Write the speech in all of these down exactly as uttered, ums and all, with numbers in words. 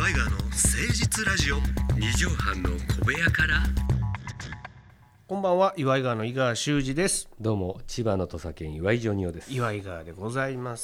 岩井川の誠実ラジオ。 二畳半の小部屋から。 こんばんは、岩井川の井川修司です。 どうも、千葉の土佐県岩井ジョニオです。 岩井川でございます。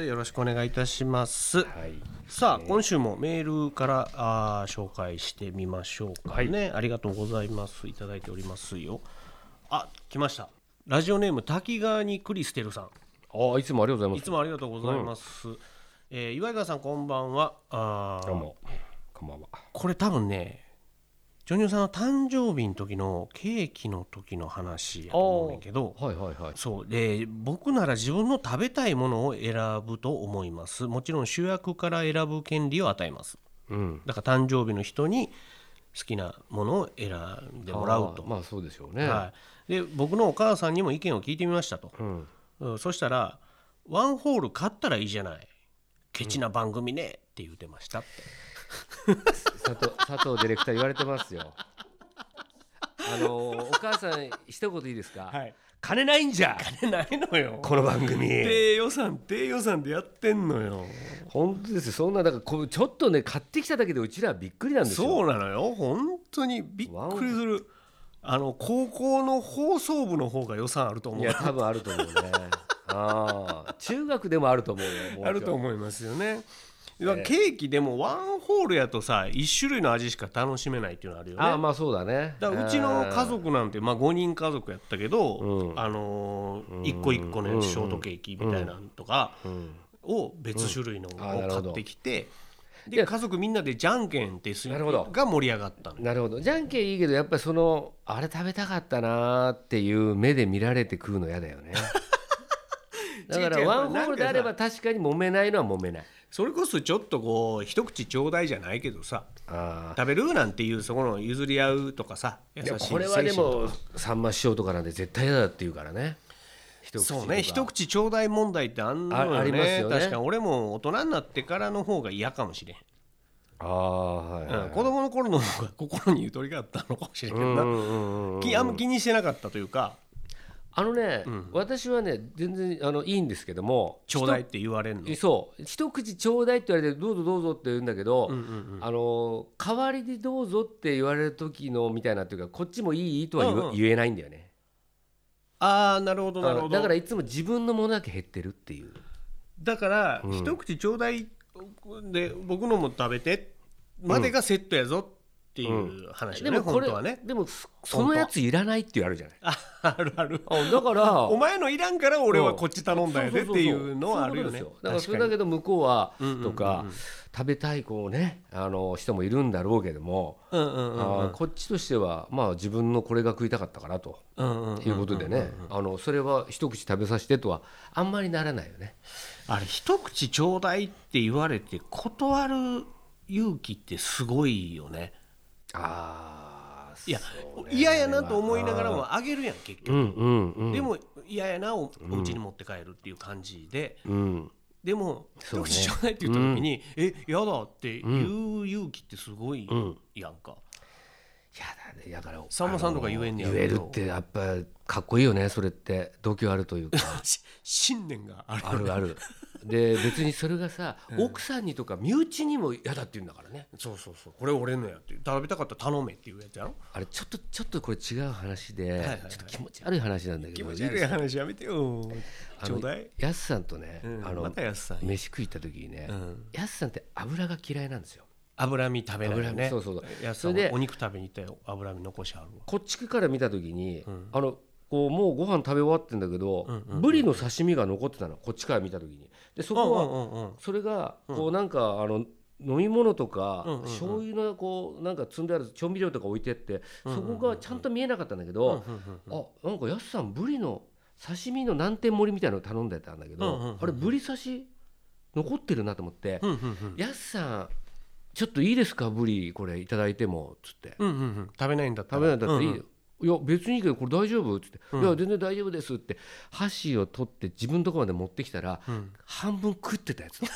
よろしくお願いいたします。 はい、 さあ、今週もメールからあ紹介してみましょうかね、はい、ありがとうございます。いただいておりますよ。あ、来ました。ラジオネーム滝川にクリステルさん。 あ、いつもありがとうございます。 いつもありがとうございます、うんえー、岩井川さんこんばんは。あどうもこんばんは。 これ多分ね、ジョニオさんの誕生日の時のケーキの時の話やと思うんだけど、 はいはいはい、 そうで僕なら自分の食べたいものを選ぶと思います。もちろん主役から選ぶ権利を与えます、うん、だから誕生日の人に好きなものを選んでもらうと。 まあそうでしょうね、 はい、で僕のお母さんにも意見を聞いてみましたと、うんうん、そしたらワンホール買ったらいいじゃない、ケチな番組ねって言ってましたって佐藤、佐藤ディレクター言われてますよ。あのお母さん一言いいですか、はい、金ないんじゃ金ないのよこの番組。 低予算低予算でやってんのよ。 本当ですよ。そんなだからこうちょっとね買ってきただけでうちらはびっくりなんですよ。 そうなのよ、本当にびっくりする。あの高校の放送部の方が予算あると思う。 いや多分あると思うねあ中学でもあると思うよ。もうあると思いますよね。ケーキでもワンホールやとさいち種類の味しか楽しめないっていうのあるよね。 ああまあそうだね。 だからうちの家族なんてまあごにん家族やったけど、うん、あのー、いっこいっこのショートケーキみたいなのとかを別種類のを買ってきて、で家族みんなでじゃんけんってするのが盛り上がったの。 なるほど。じゃんけんいいけどやっぱりそのあれ食べたかったなっていう目で見られて食うの嫌だよねだからワンホールであれば確かに揉めないのは揉めない。 それこそちょっとこう一口ちょうだいじゃないけどさ、あ食べるなんていうそこの譲り合うとかさ、優しい精神とか。これはでもさんま師匠とかなんで絶対嫌だって言うからね。 一口そうね、一口ちょうだい問題ってあんのよね。 あ, ありますよね。確かに俺も大人になってからの方が嫌かもしれん。あ、はいはいはい、うん、子供の頃の方が心にゆとりがあったのかもしれんけどな、うんうんうん、気, あんま気にしてなかったというか。 あのね、うん、私はね全然あのいいんですけども、 ちょうだいって言われるの。 そう一口ちょうだいって言われてどうぞどうぞって言うんだけど、うんうんうん、あの代わりにどうぞって言われる時のみたいなっていうか、こっちもいいとは 言,、うんうん、言えないんだよね。 ああなるほどなるほど。 だからいつも自分のものだけ減ってるっていう。 だから、うん、一口ちょうだいで僕のも食べてまでがセットやぞっていう話だね、うん、本当はね。 でもそのやついらないっていうあるじゃない。 あ, あるある。 だからお前のいらんから俺はこっち頼んだよねっていうのはあるよね。 だからそれだけど向こうはとか食べたいこうねあの人もいるんだろうけども、こっちとしてはまあ自分のこれが食いたかったからということでね、あのそれは一口食べさせてとはあんまりならないよね。 あれ一口ちょうだいって言われて断る勇気ってすごいよね。あいや嫌やなと思いながらもあげるやん結局、うんうんうん、でも嫌やなをお家に持って帰るっていう感じで、うん、でも一口ちょうだいって言った時に、うん、え嫌だって言う勇気ってすごいやんか、うん、 やだね。だからさんまさんとか言えんねや言えるってやっぱかっこいいよね。それって度胸あるというか信念がある、 あるあるで別にそれがさ、うん、奥さんにとか身内にも嫌だって言うんだからね。 そうそうそう、これ俺のやって食べたかったら頼めっていうやつやろ。 あれちょっとちょっとこれ違う話で、はいはいはい、ちょっと気持ち悪い話なんだけど。 気持ち悪い話やめてよちょうだい。 やすさんとね、うん、あのまたやすさん飯食い行った時にね、うん、やすさんって油が嫌いなんですよ。 脂身食べないよね。 そうそうそう。 やすさんお肉食べに行ったよ。脂身残しあるわ。 こっちから見た時に、うん、あのこうもうご飯食べ終わってんだけど、うんうんうん、ブリの刺身が残ってたの。こっちから見た時に。でそこは、うんうんうん、それがこうなんかあの飲み物とか、うんうんうん、醤油のこうなんか積んである調味料とか置いてって、うんうんうん、そこがちゃんと見えなかったんだけど、うんうんうん、あなんかやすさんブリの刺身の南天盛りみたいなの頼んでたんだけど、うんうんうん、あれブリ刺し残ってるなと思って、うんうんうん、やすさんちょっといいですかブリこれいただいてもつって、うんうんうん、 食べないんだったら食べないんだったらいいよ、うんうんいや別にいいけどこれ大丈夫っつって、うん、いや全然大丈夫ですって箸を取って自分のところまで持ってきたら、うん、半分食ってたやつ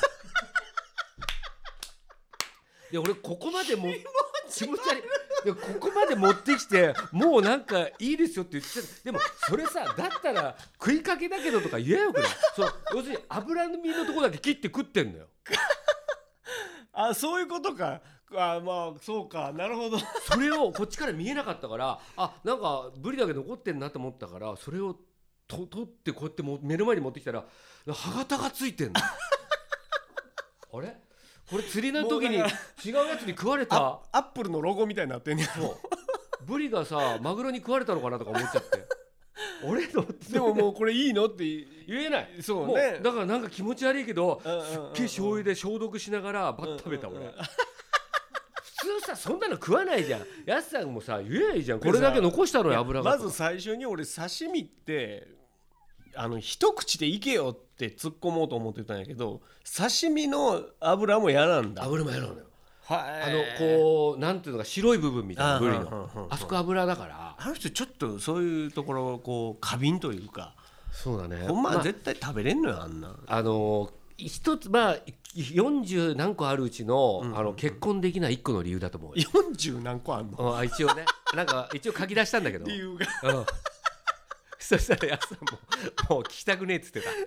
で俺ここまでも気持ち悪いでここまで持ってきてもうなんかいいですよって言ってた。でもそれさだったら食いかけだけどとか言えよくない。そう要するに脂身のところだけ切って食ってんのよあそういうことか。あまあそうかなるほど。 それをこっちから見えなかったから、あなんかブリだけ残ってんなと思ったから、それをと取ってこうやっても目の前に持ってきたら歯型がついてんのあれこれ釣りの時に違うやつに食われたアップルのロゴみたいになってんねやろ。 ブリがさマグロに食われたのかなとか思っちゃって俺のでももうこれいいのって言えない。 そうね。 もうだからなんか気持ち悪いけど、すっげえ醤油で消毒しながらバッと食べた俺、うんうんうん、普通さそんなの食わないじゃん。やすさんもさ言えないじゃん。これだけ残したのよ油が。 まず最初に俺刺身ってあの一口でいけよって突っ込もうと思ってたんやけど、刺身の油も嫌なんだ。 油も嫌なのよ。あのこうなんていうのか白い部分みたいなブリの あ, あそこ油だから、 あの人ちょっとそういうところこう過敏というか。 そうだね。 ほんまは絶対食べれんのよ、あんな。 あの一つまあよんじゅう何個あるうち の,、うんうんうん、あの結婚できないいっこの理由だと思うよ。 よんじゅう何個あんの？ あ一応ねなんか一応書き出したんだけど理由が、 うん、そしたらやすさんももう聞きたくねえっつってた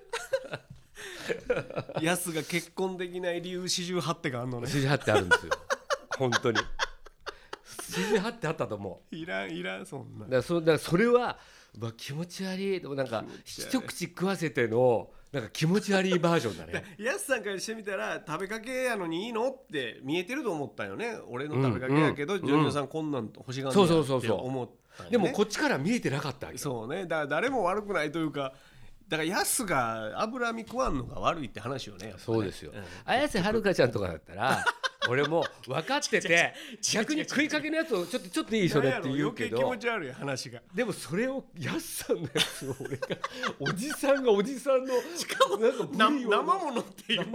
やすが結婚できない理由四十八手があんのね。 四十八手あるんですよ本当に四十八手あったと思う。いらんいらんそんな。 だから そ, だからそれは、まあ、気持ち悪い。でもなんか一口食わせてのなんか気持ち悪いバージョンだね。 やすさんからしてみたら食べかけやのにいいのって見えてると思ったよね。俺の食べかけやけど、うんうん、ジョニオさんこんなん欲しがんねやって思ったよね。 でもこっちから見えてなかったわけ。 そうね。だから誰も悪くないというか、だからやすが脂身食わんのが悪いって話よね。 そうですよ、うん、綾瀬はるかちゃんとかだったら俺も分かってて逆に食いかけのやつをちょっとちょっといいそれって言うけど、 余計気持ち悪い話が。 でもそれをやすさんのやつを俺がおじさんがおじさんのしかもなんかブリを生ものっていう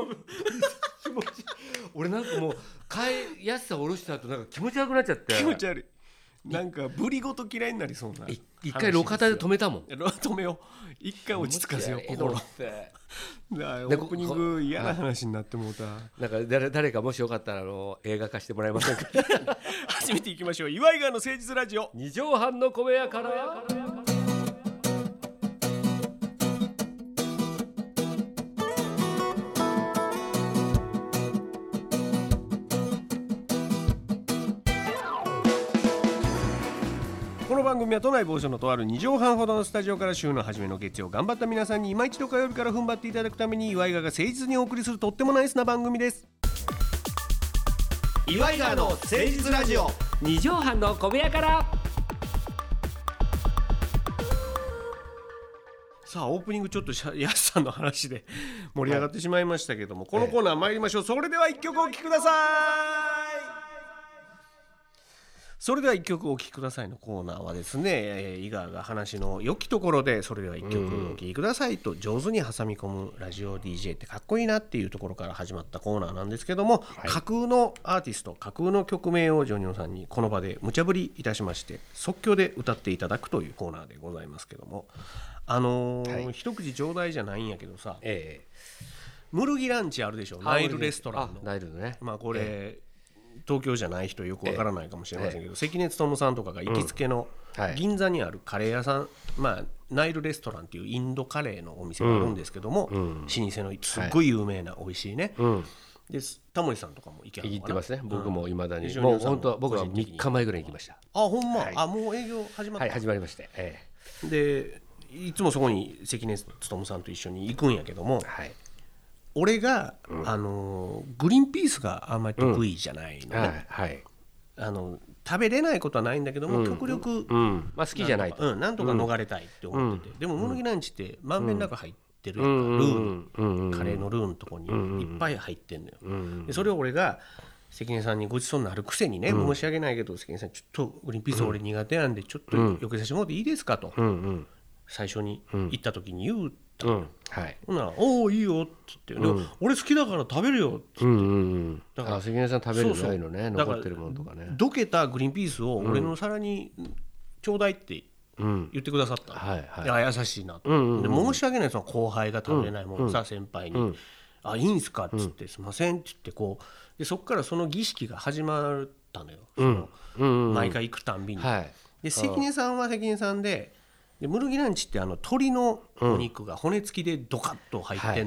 俺なんかもうやすさん下ろした後なんか気持ち悪くなっちゃって。 気持ち悪い。なんかブリごと嫌いになりそうな。 一回路肩で止めたもん。 止めよう。一回落ち着かせよう心。オープニング嫌な話になってもうた。 なんか 誰, 誰かもしよかったらあの映画化してもらえませんか始めていきましょう。岩井川の誠実ラジオ二畳半の小部屋から。 この番組は都内某所のとあるに畳半ほどのスタジオから週の初めの月曜頑張った皆さんに今一度火曜日から踏ん張っていただくために岩井川が誠実にお送りするとってもナイスな番組です。 岩井川の誠実ラジオ二畳半の小部屋から。 さあオープニングちょっとやすさんの話で盛り上がってしまいましたけども、はい、このコーナー参りましょう。それでは一曲お聴きください。それでは一曲お聴きくださいのコーナーはですね、えー、井川が話の良きところでそれでは一曲お聴きくださいと上手に挟み込むラジオ ディージェー ってかっこいいなっていうところから始まったコーナーなんですけども、はい、架空のアーティスト架空の曲名をジョニオさんにこの場で無茶ぶりいたしまして即興で歌っていただくというコーナーでございますけども、あのーはい、一口ちょうだいじゃないんやけどさ、えー、ムルギランチあるでしょ。ナイルレストランの。 ナイルのね、 まあこれ、えー東京じゃない人よくわからないかもしれませんけど、関根勤さんとかが行きつけの銀座にあるカレー屋さん、まあナイルレストランっていうインドカレーのお店があるんですけども、老舗のすっごい有名な美味しいね。でタモリさんとかも行けはるのかな。 行ってますね。僕もいまだにもう本当は僕はみっかまえぐらいに行きました。 あほんま、あもう営業始まった。 はい始まりまして、 でいつもそこに関根勤さんと一緒に行くんやけども、俺が、うん、あのグリーンピースがあんまり得意じゃないのね、うんはいはい、あの食べれないことはないんだけども、うん、極力、 うんまあ、好きじゃないと、 うん、なんとか逃れたいって思ってて、うん、でもムルギランチってまんべんなく入ってるやんか、うん、ルー、うん、カレーのルーのとこにいっぱい入ってんのよ、うん、でそれを俺が関根さんにごちそうになるくせにね、うん、申し訳ないけど関根さんちょっとグリーンピース俺苦手なんでちょっとよけさせてもらっていいですかと、うんうん、最初に行った時に言ううんはい、ほんならおおいいよっつって、うん、俺好きだから食べるよっつって、うんうんうん、だから関根さん食べるないのね。そうそう残ってるものとかね。どけたグリーンピースを俺の皿にちょうだいって言ってくださった、うんはいはい、いや優しいなと、うんうんうん、で申し訳ないその後輩が食べれないものさ、うん、先輩に、うん、あいいんすかっつって、うん、すいませんって言ってこうでそっからその儀式が始まったのよ、そのうんうんうん、毎回行くたんびに、はい、で関根さんは関根さんででムルギランチってあの鶏のお肉が骨付きでドカッと入ってんのよ、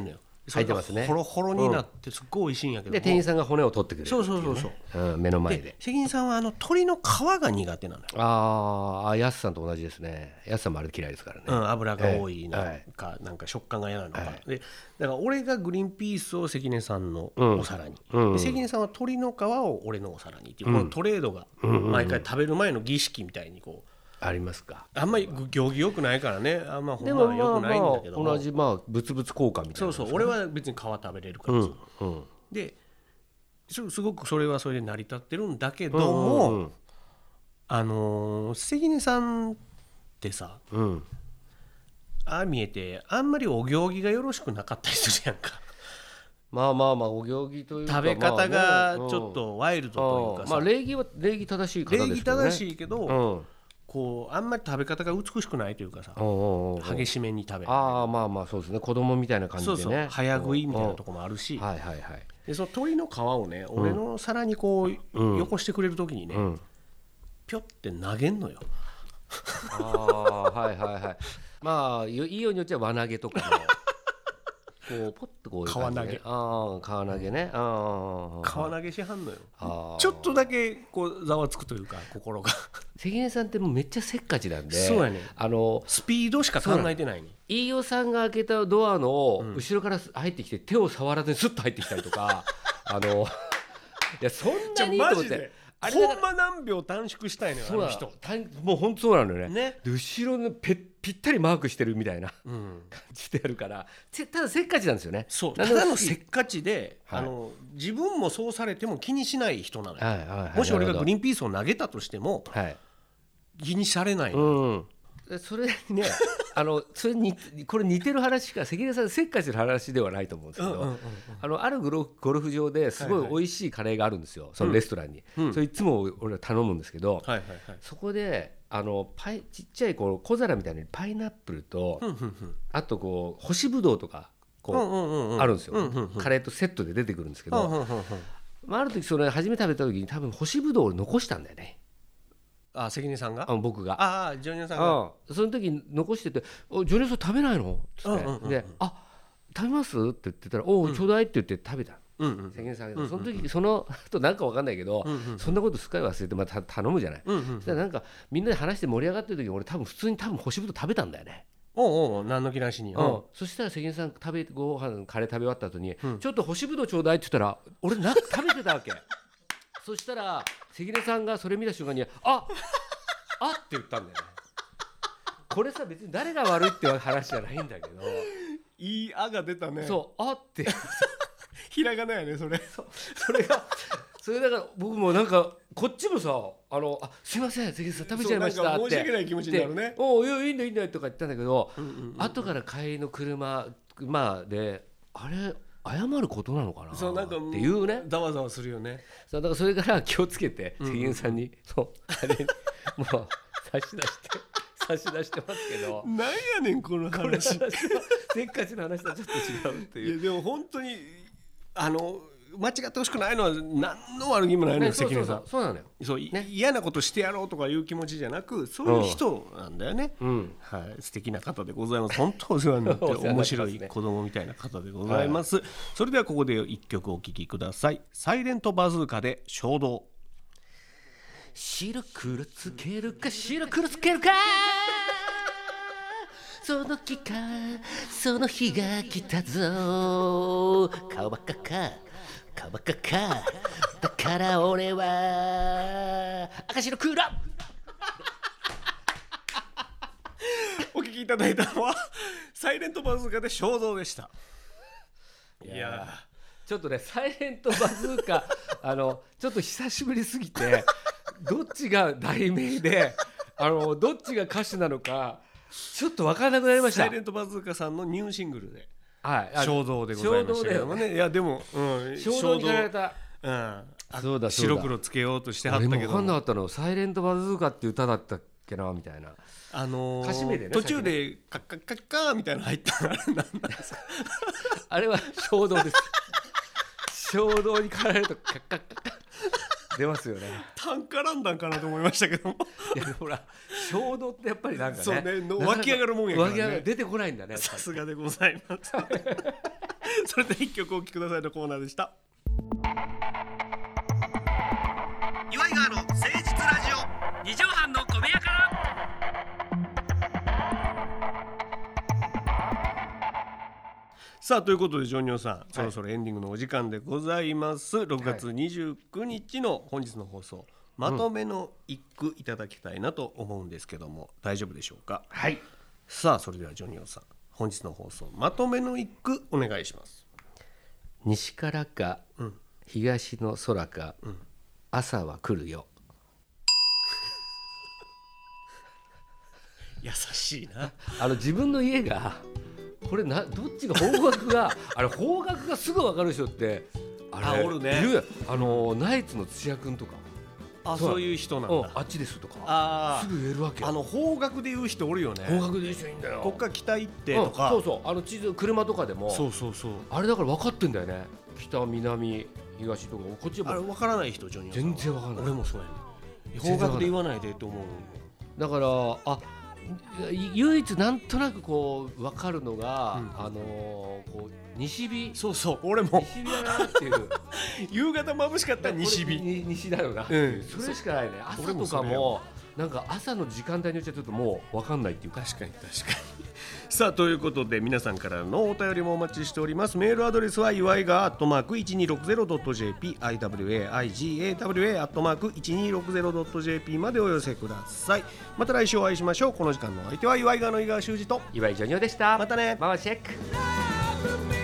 それがホロホロになってすっごい美味しいんやけど、 で店員さんが骨を取ってくれる、 そうそうそうそう、 うん、目の前で。 関根さんはあの鶏の皮が苦手なのよ。 ああ、やすさんと同じですね。やすさんもあれ嫌いですからね、 うん、油が多いのか、えーはい、なんか食感が嫌なのか、はい、でだから俺がグリーンピースを関根さんのお皿に、うん、で関根さんは鶏の皮を俺のお皿にっていう、うん、このトレードが毎回食べる前の儀式みたいにこうありますか。 あんまり行儀良くないからね、あんまほんまは良くないんだけど、 まあまあ同じまあ物々交換みたいな、ね、 そうそう、俺は別に皮食べれるからさ、うんうん、ですごくそれはそれで成り立ってるんだけども、うんうん、あのー、関根さんってさ、うん、ああ見えてあんまりお行儀がよろしくなかったりするやんか。 まあまあまあお行儀というか食べ方がちょっとワイルドというかさ、 まあ、礼儀は礼儀正しい方ですけどね。礼儀正しいけど、うん、 こうあんまり食べ方が美しくないというかさ、激しめに食べる。 ああまあまあそうですね、子供みたいな感じでね。 そうそう、早食いみたいなとこもあるし、はいはいはい、でその鶏の皮をね、俺の皿にこう、うん、よこしてくれる時にね、うん、ぴょって投げんのよ。 ああはいはいはい。まあいいようによっちゃ輪投げとかもこうポッとこういう感じで、ね、皮投げ、ああ皮投げね、ああ皮投げしはんのよ。ちょっとだけこうざわつくというか心が。 関根さんってもうめっちゃせっかちなんで、 そうやね、あのスピードしか考えてないに。 飯尾さんが開けたドアの後ろから入ってきて、手を触らずにスッと入ってきたりとか、あのいやそんなにいいと思って。 あれほんま何秒短縮したいのよ、 そうあの人。 もう本当そうなのよ ね, ね後ろのペぴったりマークしてるみたいな、うん、感じでやるから、ただせっかちなんですよね。 そう、ただのせっかちで、はい、あの自分もそうされても気にしない人なのよ、はいはいはい、もし俺がグリーンピースを投げたとしても、はい、気にされないの、 うん、それねあのそれにこれ似てる話か、関根さんせっかちの話ではないと思うんですけど、うんうんうんうん、あのあるゴルフ、ゴルフ場ですごい美味しいカレーがあるんですよ、はいはい、そのレストランに、うん、それいつも俺は頼むんですけど、はいはいはい、そこであのパイちっちゃいこう小皿みたいにパイナップルと、うんうんうん、あとこう干しぶどうとかこう、うんうんうん、あるんですよ、うんうんうん、カレーとセットで出てくるんですけど、うんうんうんうん、まあ、ある時それ初めて食べた時に多分干しぶどうを残したんだよね。 あ、関根さんが、 あ僕が、 ああジョニオさんが、 うん、その時残してて、おジョニオさん食べないのって言って、うんうんうん、で、あ食べますって言ってたら、おおちょうだいって言って食べた、うんうん、関根さんが、うんうん、その時その後なんか分かんないけど、うんうん、そんなことすっかり忘れてまた頼むじゃない、うんうん、そしたらなんかみんなで話して盛り上がってる時に俺多分普通に多分干しぶどう食べたんだよね。 おうおう、何の気なしに、うん、 そしたら関根さん食べご飯カレー食べ終わった後に、うん、ちょっと干しぶどうちょうだいって言ったら俺なんか食べてたわけそしたら関根さんがそれ見た瞬間にああって言ったんだよね。これさ別に誰が悪いって話じゃないんだけど、 いいあが出たね。 そうあってひらがなやねそれ。 そ, それがそれだから僕もなんかこっちもさあのあすいません関根さん食べちゃいましたって申し訳ない気持ちになるね。 おいやいいんだいいんだとか言ったんだけど、うんうんうんうん、後から帰りの車まあであれ謝ることなのかなそうなんかっていうね、 ざわざわするよね。 そうだからそれから気をつけて関根さんに、うん、そうあれもう差し出して差し出してますけど、 なんやねんこの話。これ話はせっかちの話とはちょっと違うっていう。 いやでも本当にあの間違ってほしくないのは何の悪気もないのよ、関根さん。 そうなのよ。 そう、ね、嫌なことしてやろうとかいう気持ちじゃなく、そういう人なんだよね、うん、はい、素敵な方でございます。本当お世話になって面白い子供みたいな方でございます、はい、それではここで一曲お聴きください。サイレントバズーカで衝動。 白黒つけるか白黒つけるかその日かその日が来たぞ顔ばっかか顔ばっかかだから俺は赤白黒お聞きいただいたのはサイレントバズーカで衝動でした。 いやちょっとねサイレントバズーカあのちょっと久しぶりすぎてどっちが題名であのどっちが歌手なのかちょっと分からなくなりました。 サイレントバズーカさんのニューシングルで、はい、衝動でございましたけどもね。いやでも、うん、 衝動にやられた、 うん、そうだそうだ白黒つけようとしてはったけども分かんなかったの。サイレントバズーカって歌だったっけなみたいな、 あのー、 歌詞名でね途中でカッカッカッカーみたいなの入ったのあれ何なんですかあれは衝動です衝動に駆られるとカッカッカッカッ出ますよね。 単絡んだんかなと思いましたけどもいやほら衝動ってやっぱりなんかね、 そうねの湧き上がるもんやからね。 湧き上がる出てこないんだね。 さすがでございますそれで一曲お聴きくださいのコーナーでした。 岩井川の誠実ラジオ、 二畳半の小部屋から。 さあということでジョニオさん、はい、そろそろエンディングのお時間でございます。ろくがつにじゅうくにちの本日の放送、はい、まとめの一句いただきたいなと思うんですけども、大丈夫でしょうか。 はい。 さあそれではジョニオさん、本日の放送まとめの一句お願いします。 西からか、うん、東の空か、うん、朝は来るよ。 優しいな。 あの自分の家がこれな、どっちが方角があれ方角がすぐ分かる人ってあれあおるね。いる。あのナイツの土屋くんとか、 あ、そういう人なんだ、うん、 あっちですとか、 あすぐ言えるわけよ。 あの方角で言う人おるよね。 方角で言う人いいんだよ。 こっから北行ってとか、 うん、そうそう、あの地図車とかでもそうそうそう、 あれだから分かってんだよね。北南東とかこっちはあれ分からない人、ジョニオさん全然分からない。 俺もそうやね。方角で言わないでと思う。 だからあ唯一なんとなくこう分かるのが、うん、あのー、こう西日。 そうそう、俺も西日だなっていう夕方眩しかったら西日、 西だよな、うん、それしかないね。朝とかもなんか朝の時間帯によっちゃちょっともう分かんないっていうか。 確かに確かにさあということで皆さんからのお便りもお待ちしております。メールアドレスは祝いがアットマーク いちにーろくぜろドットジェーピー アイダブリューエーアイジーエーダブリューエー アットマーク いちにーろくぜろドットジェーピー までお寄せください。また来週お会いしましょう。この時間のお相手は祝いがの井川修司と岩井ジョニオでした。 またね。 ママチェック。